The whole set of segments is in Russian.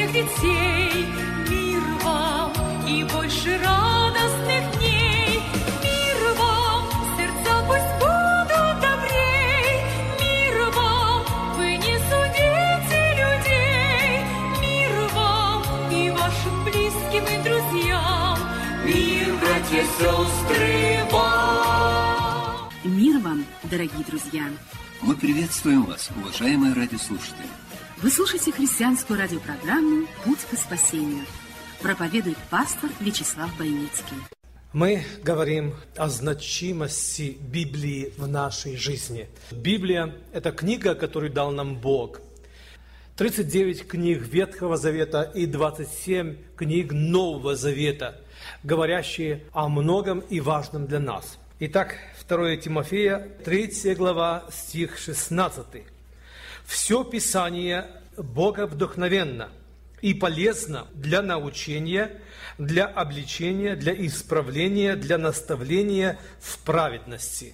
всех детей. Мир вам и больше радостных дней. Мир вам, сердца пусть будут добрей. Мир вам, вы не судите людей. Мир вам и вашим близким и друзьям. Мир, братья, сестры, вам. Мир вам, дорогие друзья! Мы приветствуем вас, уважаемые радиослушатели. Вы слушаете христианскую радиопрограмму «Путь к спасению». Проповедует пастор Вячеслав Бойницкий. Мы говорим о значимости Библии в нашей жизни. Библия – это книга, которую дал нам Бог. 39 книг Ветхого Завета и 27 книг Нового Завета, говорящие о многом и важном для нас. Итак, 2 Тимофея, 3 глава, стих 16. «Все Писание боговдохновенно и полезно для научения, для обличения, для исправления, для наставления в праведности».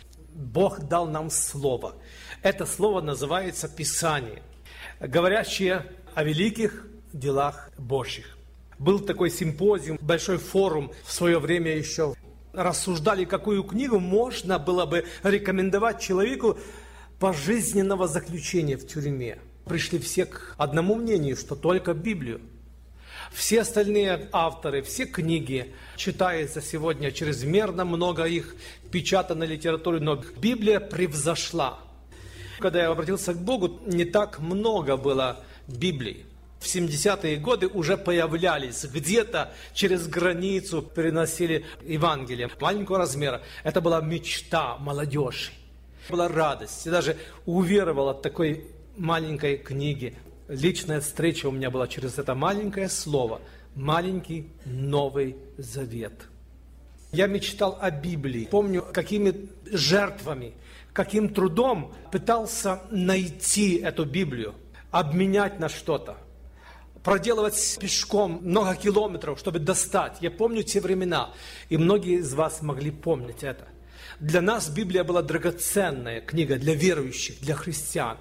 Бог дал нам Слово. Это Слово называется Писание, говорящее о великих делах Божьих. Был такой симпозиум, большой форум в свое время еще. Рассуждали, какую книгу можно было бы рекомендовать человеку пожизненного заключения в тюрьме. Пришли все к одному мнению, что только Библию. Все остальные авторы, все книги читается сегодня чрезмерно, много их печатано литературы, но Библия превзошла. Когда я обратился к Богу, не так много было Библии. В 70-е годы уже появлялись, где-то через границу переносили Евангелие маленького размера. Это была мечта молодежи, была радость. Я даже уверовал от такой маленькой книги. Личная встреча у меня была через это маленькое слово, маленький Новый Завет. Я мечтал о Библии. Помню, какими жертвами, каким трудом пытался найти эту Библию, обменять на что-то. Проделывать пешком много километров, чтобы достать. Я помню те времена, и многие из вас могли помнить это. Для нас Библия была драгоценная книга, для верующих, для христиан.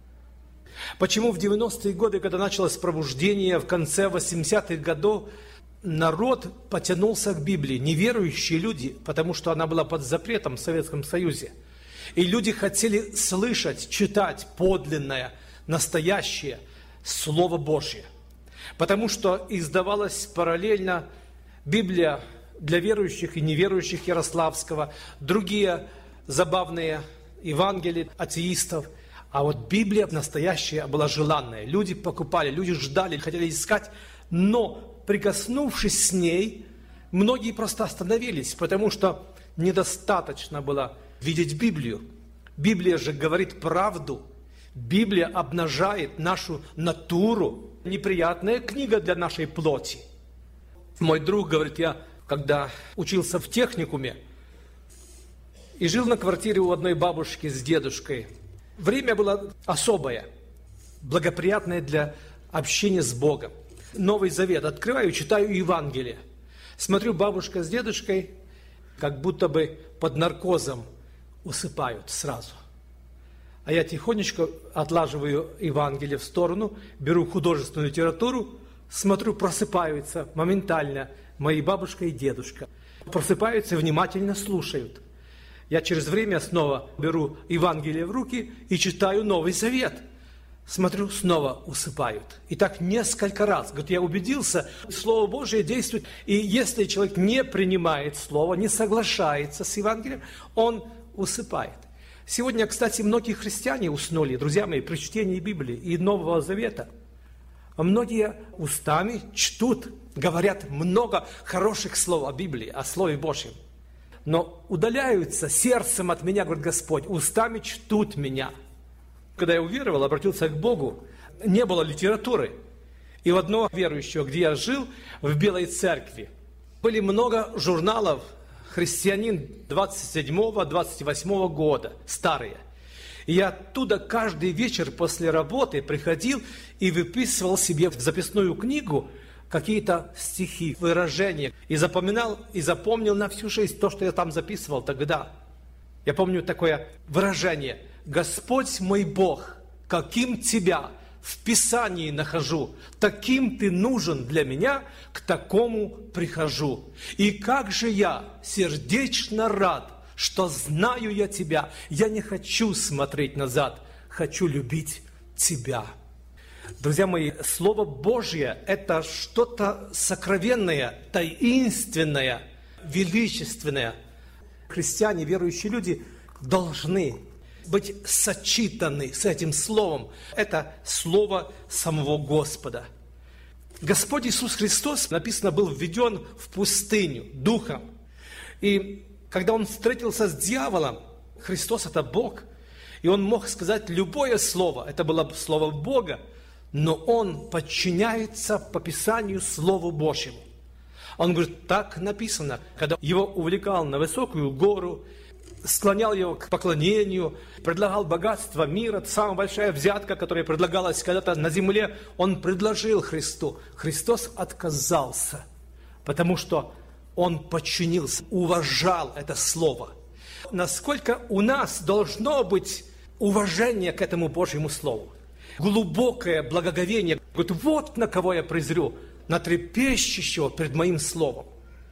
Почему в 90-е годы, когда началось пробуждение, в конце 80-х годов, народ потянулся к Библии, неверующие люди, потому что она была под запретом в Советском Союзе. И люди хотели слышать, читать подлинное, настоящее Слово Божье. Потому что издавалась параллельно Библия для верующих и неверующих Ярославского, другие забавные Евангелия атеистов. А вот Библия настоящая была желанная. Люди покупали, люди ждали, хотели искать, но прикоснувшись с ней, многие просто остановились, потому что недостаточно было видеть Библию. Библия же говорит правду. Библия обнажает нашу натуру. Неприятная книга для нашей плоти. Мой друг говорит, я когда учился в техникуме и жил на квартире у одной бабушки с дедушкой, время было особое, благоприятное для общения с Богом. Новый Завет. Открываю, читаю Евангелие. Смотрю, бабушка с дедушкой как будто бы под наркозом усыпают сразу. А я тихонечко отлаживаю Евангелие в сторону, беру художественную литературу, смотрю, просыпаются моментально мои бабушка и дедушка. Просыпаются и внимательно слушают. Я через время снова беру Евангелие в руки и читаю Новый Завет. Смотрю, снова усыпают. И так несколько раз. Говорит, я убедился, Слово Божие действует. И если человек не принимает Слово, не соглашается с Евангелием, он усыпает. Сегодня, кстати, многие христиане уснули, друзья мои, при чтении Библии и Нового Завета. А многие устами чтут, говорят много хороших слов о Библии, о Слове Божьем. Но удаляются сердцем от меня, говорит Господь, устами чтут меня. Когда я уверовал, обратился к Богу, не было литературы. И у одного верующего, где я жил, в Белой Церкви, были много журналов «Христианин» 27-28 года, старые. И я оттуда каждый вечер после работы приходил и выписывал себе в записную книгу какие-то стихи, выражения. И запоминал, и запомнил на всю жизнь то, что я там записывал тогда. Я помню такое выражение: «Господь мой Бог, каким Тебя в Писании нахожу. Таким ты нужен для меня, к такому прихожу. И как же я сердечно рад, что знаю я тебя. Я не хочу смотреть назад, хочу любить тебя. Друзья мои, Слово Божье – это что-то сокровенное, таинственное, величественное. Христиане, верующие люди должны быть сочетаны с этим Словом. Это Слово самого Господа. Господь Иисус Христос, написано, был введен в пустыню Духом. И когда Он встретился с дьяволом, Христос – это Бог, и Он мог сказать любое слово, это было Слово Бога, но Он подчиняется по Писанию Слову Божьему. Он говорит, так написано, когда Его увлекал на высокую гору, склонял Его к поклонению, предлагал богатство мира, самая большая взятка, которая предлагалась когда-то на земле, Он предложил Христу. Христос отказался, потому что Он подчинился, уважал это Слово. Насколько у нас должно быть уважение к этому Божьему Слову? Глубокое благоговение. Говорит, вот на кого я презрю, на трепещущего перед моим Словом.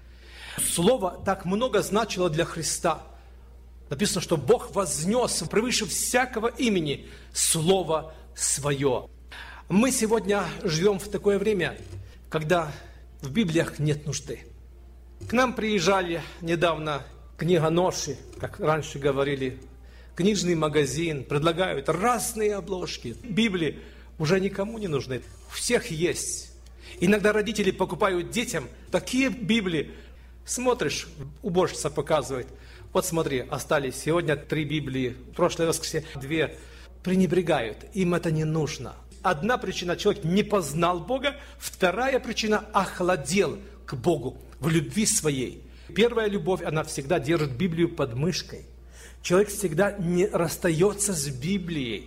Слово так много значило для Христа. Написано, что Бог вознес превыше всякого имени Слово Свое. Мы сегодня живем в такое время, когда в Библиях нет нужды. К нам приезжали недавно книгоноши, как раньше говорили, книжный магазин, предлагают разные обложки. Библии уже никому не нужны, у всех есть. Иногда родители покупают детям такие Библии. Смотришь, уборщица показывает, вот смотри, остались сегодня 3 Библии, в прошлое воскресенье 2. Пренебрегают, им это не нужно. Одна причина, человек не познал Бога, вторая причина, охладел к Богу в любви своей. Первая любовь, она всегда держит Библию под мышкой. Человек всегда не расстается с Библией.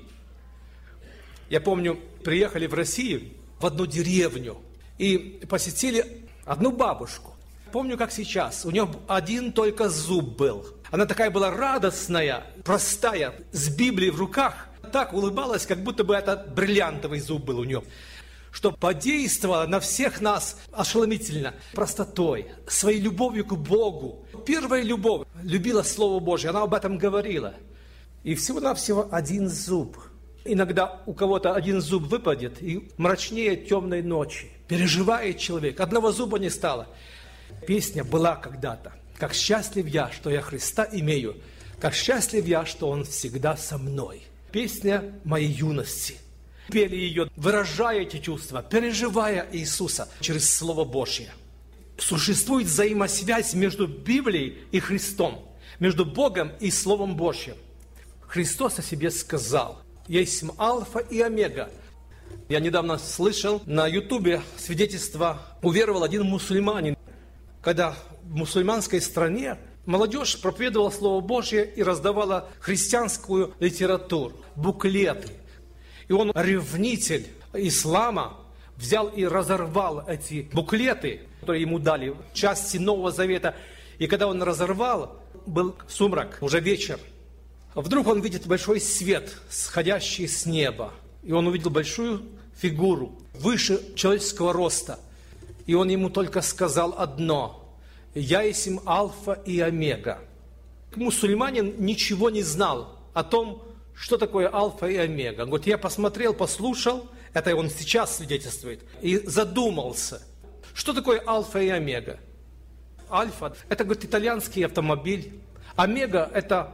Я помню, приехали в Россию, в одну деревню, и посетили одну бабушку. Помню, как сейчас, у нее один только зуб был. Она такая была радостная, простая, с Библией в руках, так улыбалась, как будто бы это бриллиантовый зуб был у нее. Что подействовало на всех нас ошеломительно простотой, своей любовью к Богу. Первая любовь, любила Слово Божье, она об этом говорила. И всего-навсего один зуб. Иногда у кого-то один зуб выпадет, и мрачнее темной ночи. Переживает человек, одного зуба не стало. Песня была когда-то. «Как счастлив я, что я Христа имею, как счастлив я, что Он всегда со мной». Песня моей юности. Пели ее, выражая эти чувства, переживая Иисуса через Слово Божье. Существует взаимосвязь между Библией и Христом, между Богом и Словом Божьим. Христос о себе сказал: «Я есть Альфа и Омега». Я недавно слышал на Ютубе свидетельство, уверовал один мусульманин, когда в мусульманской стране молодежь проповедовала Слово Божье и раздавала христианскую литературу, буклеты. И он, ревнитель ислама, взял и разорвал эти буклеты, которые ему дали, части Нового Завета. И когда он разорвал, был сумрак, уже вечер. Вдруг он видит большой свет, сходящий с неба. И он увидел большую фигуру, выше человеческого роста. И он ему только сказал одно: «Я есть Альфа и Омега». Мусульманин ничего не знал о том, что такое Альфа и Омега. Он говорит, я посмотрел, послушал, это он сейчас свидетельствует, и задумался, что такое Альфа и Омега. Альфа – это, говорит, итальянский автомобиль. Омега – это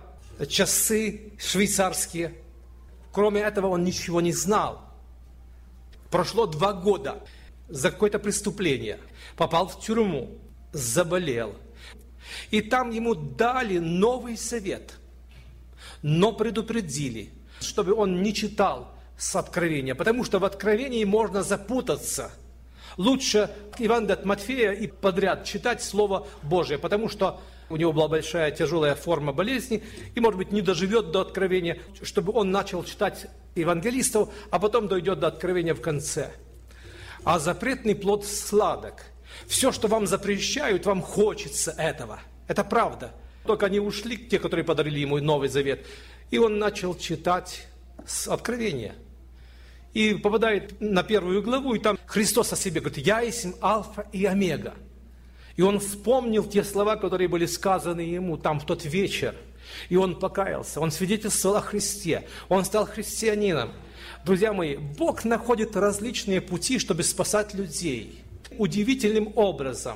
часы швейцарские. Кроме этого он ничего не знал. Прошло 2 года за какое-то преступление. Попал в тюрьму, заболел. И там ему дали новый совет. Но предупредили, чтобы он не читал с Откровения, потому что в Откровении можно запутаться. Лучше Евангелие от Матфея и подряд читать Слово Божие, потому что у него была большая тяжелая форма болезни, и, может быть, не доживет до Откровения, чтобы он начал читать евангелистов, а потом дойдет до Откровения в конце. А запретный плод сладок. Все, что вам запрещают, вам хочется этого. Это правда. Только они ушли, те, которые подарили ему Новый Завет. И он начал читать с Откровения. И попадает на 1 главу, и там Христос о себе говорит: «Я есть Альфа и Омега». И он вспомнил те слова, которые были сказаны ему там в тот вечер. И он покаялся, он свидетельствовал о Христе, он стал христианином. Друзья мои, Бог находит различные пути, чтобы спасать людей. Удивительным образом.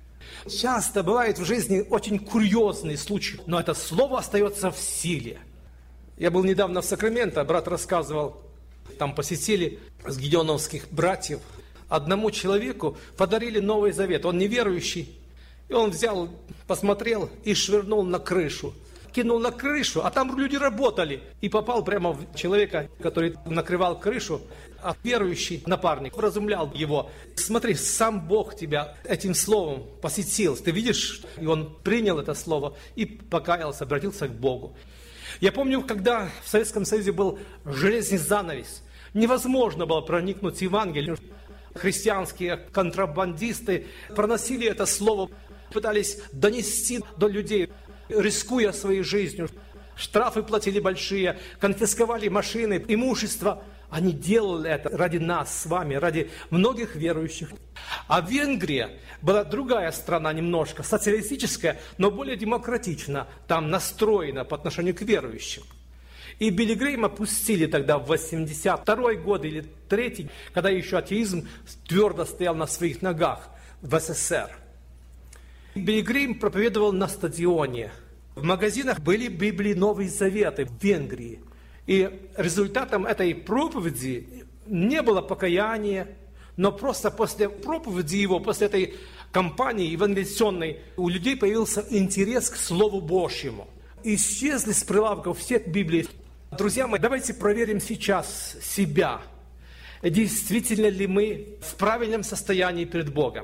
Часто бывает в жизни очень курьезные случаи, но это слово остается в силе. Я был недавно в Сакраменто, брат рассказывал, там посетили с гедеоновских братьев. Одному человеку подарили Новый Завет, он неверующий. И он взял, посмотрел и швырнул на крышу. Кинул на крышу, а там люди работали. И попал прямо в человека, который накрывал крышу, а верующий напарник вразумлял его. Смотри, сам Бог тебя этим словом посетил. Ты видишь? И он принял это слово и покаялся, обратился к Богу. Я помню, когда в Советском Союзе был железный занавес, невозможно было проникнуть в Евангелие. Христианские контрабандисты проносили это слово, пытались донести до людей, рискуя своей жизнью. Штрафы платили большие, конфисковали машины, имущество. Они делали это ради нас с вами, ради многих верующих. А Венгрия была другая страна немножко, социалистическая, но более демократична, там настроена по отношению к верующим. И Билли Грэйма пустили тогда в 82-й год или 3-й, когда еще атеизм твердо стоял на своих ногах в СССР. Билли Грэйм проповедовал на стадионе. В магазинах были Библии Новые Заветы в Венгрии. И результатом этой проповеди не было покаяния, но просто после проповеди его, после этой кампании евангелизационной, у людей появился интерес к Слову Божьему. Исчезли с прилавков все Библии. Друзья мои, давайте проверим сейчас себя. Действительно ли мы в правильном состоянии перед Богом?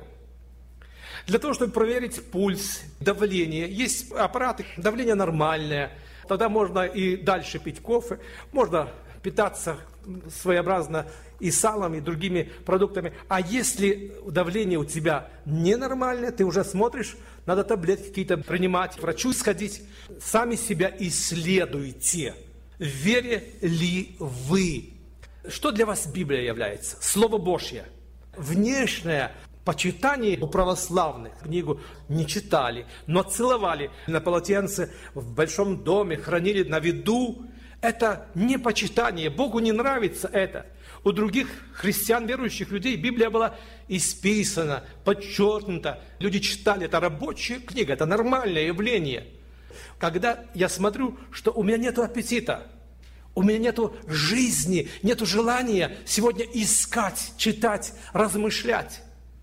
Для того, чтобы проверить пульс, давление, есть аппараты, давление нормальное, тогда можно и дальше пить кофе, можно питаться своеобразно и салом, и другими продуктами. А если давление у тебя ненормальное, ты уже смотришь, надо таблетки какие-то принимать, к врачу сходить. Сами себя исследуйте. В вере ли вы? Что для вас Библия является? Слово Божье. Внешнее почитание у православных книгу не читали, но целовали на полотенце в большом доме, хранили на виду. Это не почитание, Богу не нравится это. У других христиан, верующих людей, Библия была исписана, подчеркнута. Люди читали, это рабочая книга, это нормальное явление. Когда я смотрю, что у меня нет аппетита, у меня нет жизни, нет желания сегодня искать, читать, размышлять.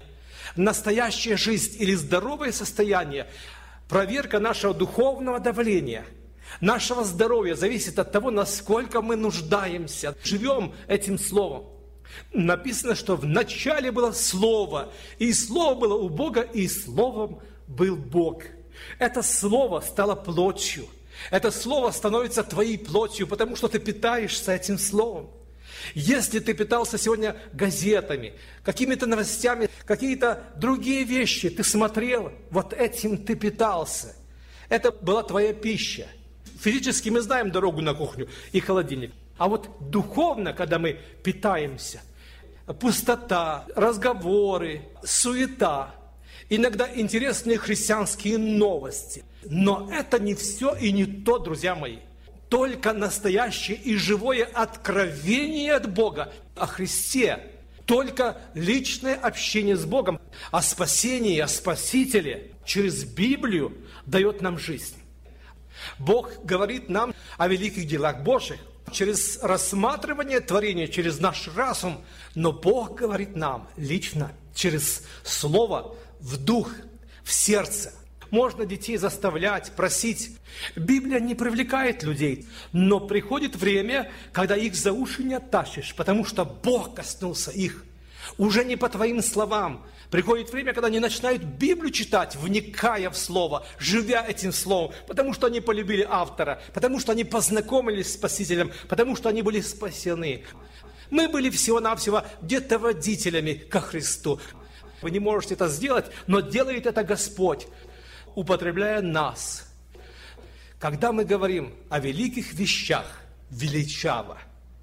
Настоящая жизнь или здоровое состояние, проверка нашего духовного давления, нашего здоровья зависит от того, насколько мы нуждаемся, живем этим словом. Написано, что в начале было Слово, и Слово было у Бога, и Словом был Бог. Это Слово стало плотью. Это Слово становится твоей плотью, потому что ты питаешься этим Словом. Если ты питался сегодня газетами, какими-то новостями, какие-то другие вещи ты смотрел, вот этим ты питался. Это была твоя пища. Физически мы знаем дорогу на кухню и холодильник. А вот духовно, когда мы питаемся, пустота, разговоры, суета, иногда интересные христианские новости. Но это не все и не то, друзья мои. Только настоящее и живое откровение от Бога о Христе. Только личное общение с Богом о спасении, о Спасителе через Библию дает нам жизнь. Бог говорит нам о великих делах Божьих через рассматривание творения, через наш разум. Но Бог говорит нам лично через Слово в дух, в сердце. Можно детей заставлять, просить. Библия не привлекает людей, но приходит время, когда их за уши не оттащишь, потому что Бог коснулся их. Уже не по твоим словам. Приходит время, когда они начинают Библию читать, вникая в Слово, живя этим Словом, потому что они полюбили автора, потому что они познакомились с Спасителем, потому что они были спасены. Мы были всего-навсего где-то водителями ко Христу. Вы не можете это сделать, но делает это Господь, употребляя нас. Когда мы говорим о великих вещах величаво,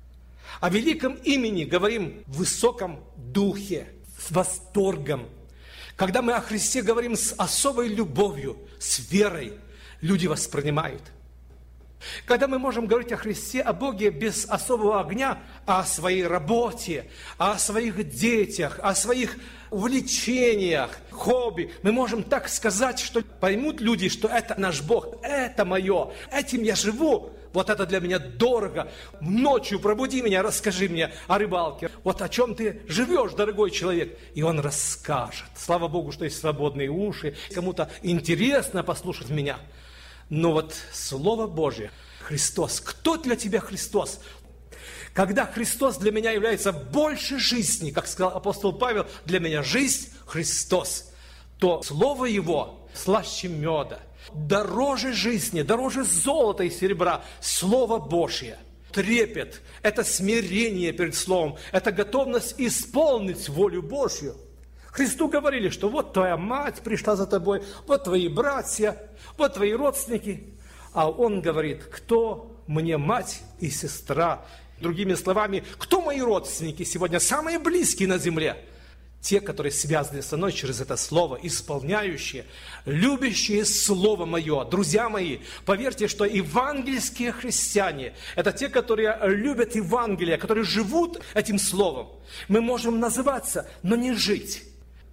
О великом имени говорим в высоком духе, с восторгом. Когда мы о Христе говорим с особой любовью, с верой, люди воспринимают. Когда мы можем говорить о Христе, о Боге без особого огня, о своей работе, о своих детях, о своих увлечениях, хобби, мы можем так сказать, что поймут люди, что это наш Бог, это мое, этим я живу. Вот это для меня дорого. Ночью пробуди меня, расскажи мне о рыбалке. Вот о чем ты живешь, дорогой человек. И он расскажет. Слава Богу, что есть свободные уши. Кому-то интересно послушать меня. Но вот Слово Божье, Христос. Кто для тебя Христос? Когда Христос для меня является больше жизни, как сказал апостол Павел, для меня жизнь Христос, то Слово Его слаще меда, дороже жизни, дороже золота и серебра, Слово Божье. Трепет – это смирение перед Словом, это готовность исполнить волю Божью. Христу говорили, что вот твоя мать пришла за тобой, вот твои братья, вот твои родственники. А Он говорит, кто мне мать и сестра? Другими словами, кто мои родственники сегодня, самые близкие на земле? Те, которые связаны со мной через это Слово, исполняющие, любящие Слово Мое. Друзья мои, поверьте, что евангельские христиане – это те, которые любят Евангелие, которые живут этим Словом. Мы можем называться, но не жить.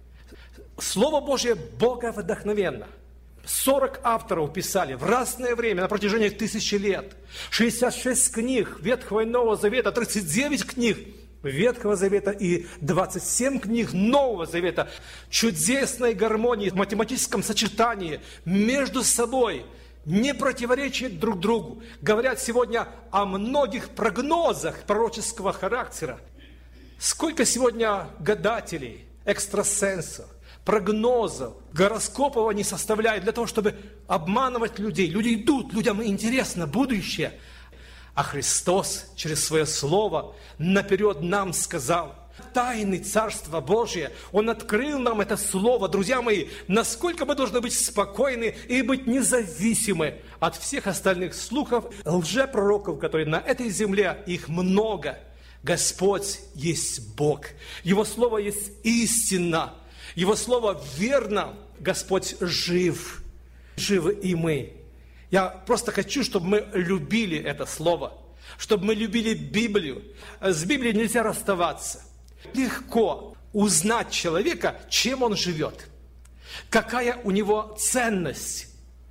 Слово Божье боговдохновенно. 40 авторов писали в разное время, на протяжении 1000 лет. 66 книг Ветхого и Нового Завета, 39 книг Ветхого Завета и 27 книг Нового Завета. Чудесной гармонии, в математическом сочетании между собой, не противоречат друг другу. Говорят сегодня о многих прогнозах пророческого характера. Сколько сегодня гадателей, экстрасенсов, прогнозов, гороскопов они составляют для того, чтобы обманывать людей. Люди идут, людям интересно будущее. А Христос через Свое Слово наперед нам сказал тайны Царства Божия. Он открыл нам это Слово. Друзья мои, насколько мы должны быть спокойны и быть независимы от всех остальных слухов, лжепророков, которые на этой земле, их много. Господь есть Бог. Его Слово есть истина. Его Слово верно, Господь жив, живы и мы. Я просто хочу, чтобы мы любили это Слово, чтобы мы любили Библию. С Библией нельзя расставаться. Легко узнать человека, чем он живет, какая у него ценность.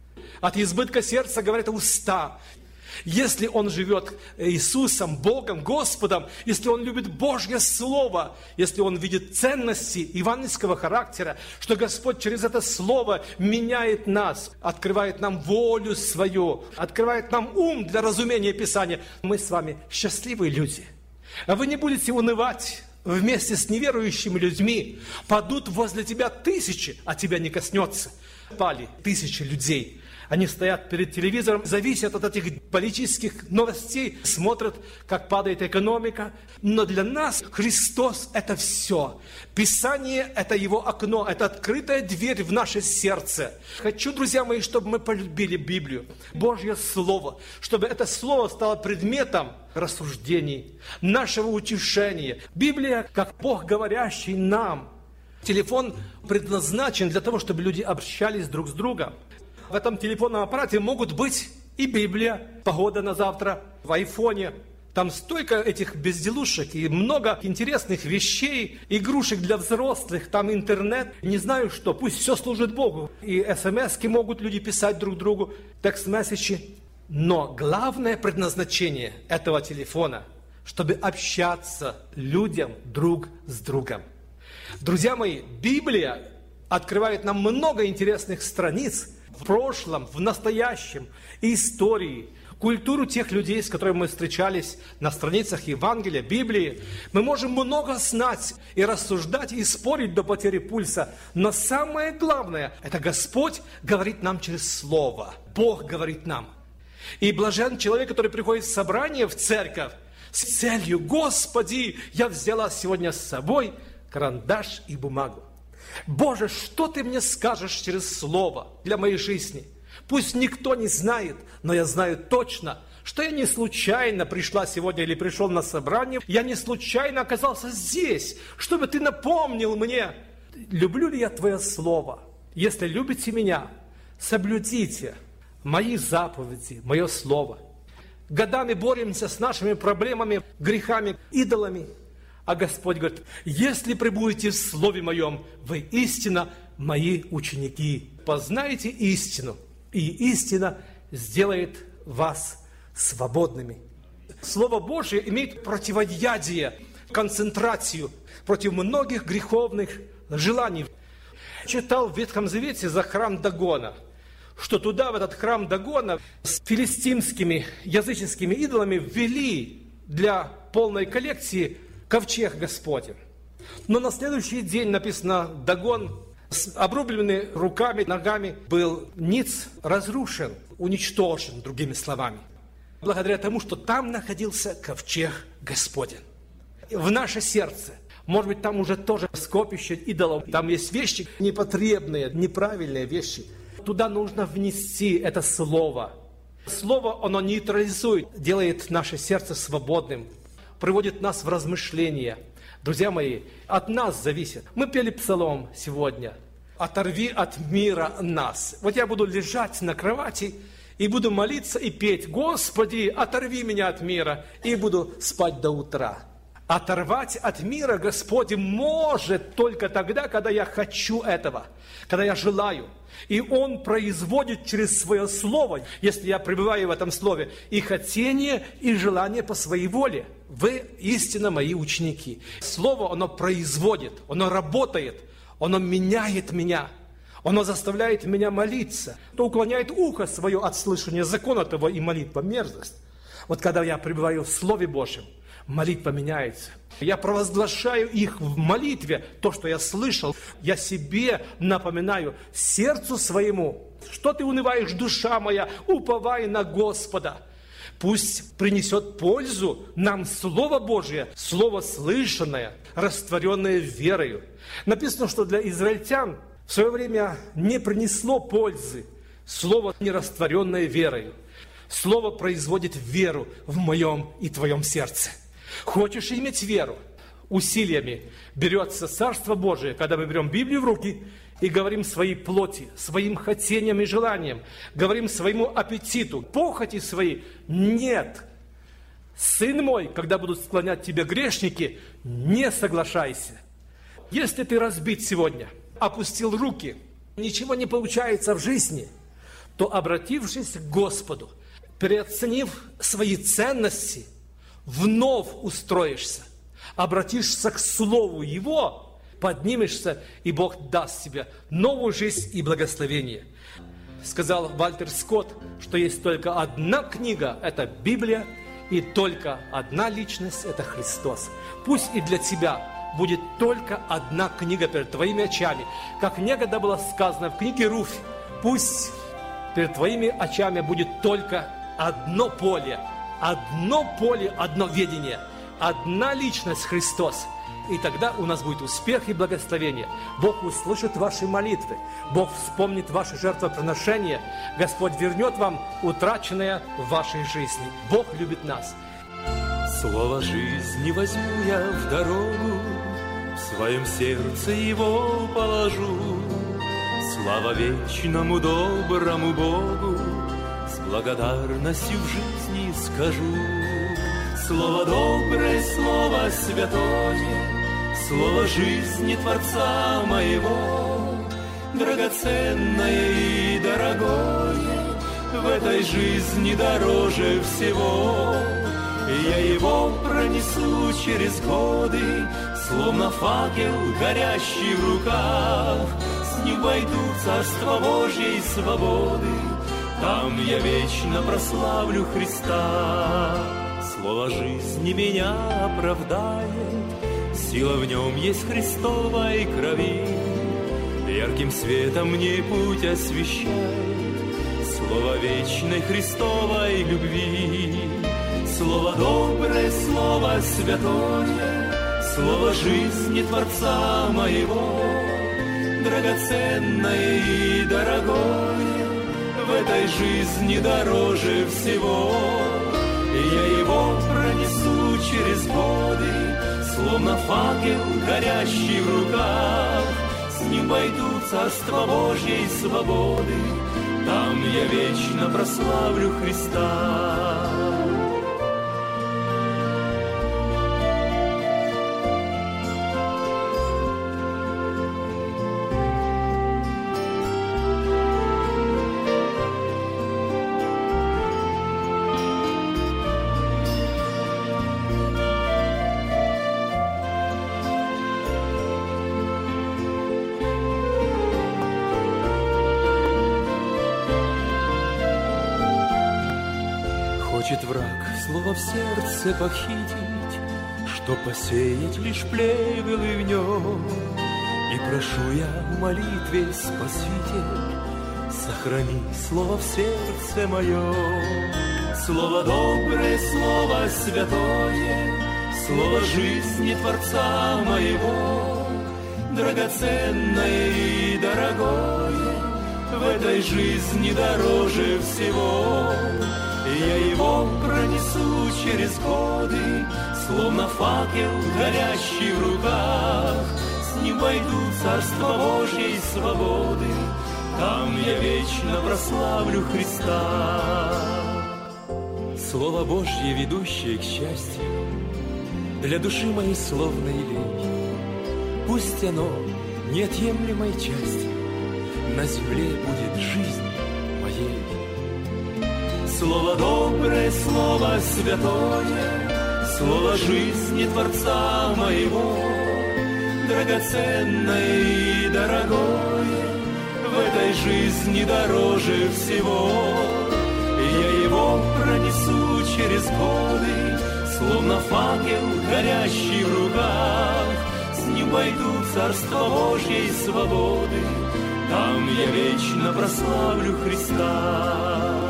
От избытка сердца говорят уста. Если он живет Иисусом, Богом, Господом, если он любит Божье Слово, если он видит ценности евангельского характера, что Господь через это Слово меняет нас, открывает нам волю свою, открывает нам ум для разумения Писания, мы с вами счастливые люди. Вы не будете унывать вместе с неверующими людьми. Падут возле тебя 1000, а тебя не коснется. Пали 1000 людей. Они стоят перед телевизором, зависят от этих политических новостей, смотрят, как падает экономика. Но для нас Христос – это все. Писание – это Его окно, это открытая дверь в наше сердце. Хочу, друзья мои, чтобы мы полюбили Библию, Божье Слово, чтобы это Слово стало предметом рассуждений, нашего утешения. Библия, как Бог, говорящий нам. Телефон предназначен для того, чтобы люди общались друг с другом. В этом телефонном аппарате могут быть и Библия, погода на завтра, в айфоне. Там столько этих безделушек и много интересных вещей, игрушек для взрослых, там интернет. Не знаю что, пусть все служит Богу. И смс-ки могут люди писать друг другу, текст-месседжи. Но главное предназначение этого телефона, чтобы общаться людям друг с другом. Друзья мои, Библия открывает нам много интересных страниц, в прошлом, в настоящем, истории, культуру тех людей, с которыми мы встречались на страницах Евангелия, Библии. Мы можем много знать и рассуждать, и спорить до потери пульса. Но самое главное, это Господь говорит нам через Слово. Бог говорит нам. И блажен человек, который приходит в собрание, в церковь, с целью: Господи, я взяла сегодня с собой карандаш и бумагу. Боже, что Ты мне скажешь через Слово для моей жизни? Пусть никто не знает, но я знаю точно, что я не случайно пришла сегодня или пришел на собрание, я не случайно оказался здесь, чтобы ты напомнил мне, люблю ли я Твое Слово. Если любите меня, соблюдите мои заповеди, мое Слово. Годами боремся с нашими проблемами, грехами, идолами. А Господь говорит, если пребудете в Слове Моем, вы истинно мои ученики. Познаете истину, и истина сделает вас свободными. Слово Божье имеет противоядие, концентрацию против многих греховных желаний. Читал в Ветхом Завете за храм Дагона, что туда, в этот храм Дагона, с филистимскими языческими идолами ввели для полной коллекции ковчег Господень. Но на следующий день написано, Дагон с обрубленными руками, ногами был ниц разрушен, уничтожен, другими словами. Благодаря тому, что там находился ковчег Господень. В наше сердце, может быть, там уже тоже скопище идолов, там есть вещи непотребные, неправильные вещи. Туда нужно внести это слово. Слово, оно нейтрализует, делает наше сердце свободным, приводит нас в размышления. Друзья мои, от нас зависит. Мы пели псалом сегодня. «Оторви от мира нас». Вот я буду лежать на кровати и буду молиться и петь: «Господи, оторви меня от мира», и буду спать до утра. Оторвать от мира Господь может только тогда, когда я хочу этого, когда я желаю. И Он производит через Свое Слово, если я пребываю в этом Слове, и хотение, и желание по Своей воле. Вы истинно мои ученики. Слово, оно производит, оно работает, оно меняет меня. Оно заставляет меня молиться. То уклоняет ухо свое от слышания закона того и молитва мерзость. Вот когда я пребываю в Слове Божьем, молитва меняется. Я провозглашаю их в молитве, то, что я слышал. Я себе напоминаю, сердцу своему, что ты унываешь, душа моя, уповай на Господа. Пусть принесет пользу нам Слово Божье, Слово слышанное, растворенное верою. Написано, что для израильтян в свое время не принесло пользы Слово, не растворенное верою. Слово производит веру в моем и твоем сердце. Хочешь иметь веру? Усилиями берется Царство Божие, когда мы берем Библию в руки и говорим своей плоти, своим хотениям и желаниям, говорим своему аппетиту, похоти свои. Нет. Сын мой, когда будут склонять тебя грешники, не соглашайся. Если ты разбит сегодня, опустил руки, ничего не получается в жизни, то, обратившись к Господу, переоценив свои ценности, вновь устроишься, обратишься к Слову Его, поднимешься, и Бог даст тебе новую жизнь и благословение. Сказал Вальтер Скотт, что есть только одна книга – это Библия, и только одна личность – это Христос. Пусть и для тебя будет только одна книга перед твоими очами, как некогда было сказано в книге Руфь. Пусть перед твоими очами будет только одно поле, одно ведение, одна личность Христос. И тогда у нас будет успех и благословение. Бог услышит ваши молитвы, Бог вспомнит ваши жертвоприношения, Господь вернет вам утраченное в вашей жизни. Бог любит нас. Слово жизни возьму я в дорогу, в своем сердце его положу. Слава вечному доброму Богу, с благодарностью в жизни скажу. Слово доброе, слово святое, слово жизни Творца моего, драгоценное и дорогое, в этой жизни дороже всего. И я его пронесу через годы, словно факел, горящий в руках. С ним войду в Царство Божьей свободы, там я вечно прославлю Христа. Слово жизни меня оправдает, сила в нем есть Христовой крови. Ярким светом мне путь освещает слово вечной Христовой любви. Слово доброе, слово святое, слово жизни Творца моего, драгоценное и дорогое, в этой жизни дороже всего. через годы, словно факел, горящий в руках. С ним войду в Царство Божьей свободы, там я вечно прославлю Христа. Хочет враг слово в сердце похитить, чтоб посеять лишь плевелы в нем. И прошу я в молитве, Спаситель, сохрани слово в сердце моем. Слово доброе, слово святое, слово жизни Творца моего, драгоценное и дорогое, в этой жизни дороже всего. Я его пронесу через годы, словно факел, горящий в руках. С ним войду в Царство Божьей свободы, там я вечно прославлю Христа. Слово Божье, ведущее к счастью, для души моей словно елей. Пусть оно неотъемлемой частью на земле будет жизнь моей. Слово доброе, слово святое, слово жизни Творца моего, драгоценное и дорогое, в этой жизни дороже всего. Я его пронесу через годы, словно факел, горящий в руках. С ним войду в Царство Божьей свободы, там я вечно прославлю Христа.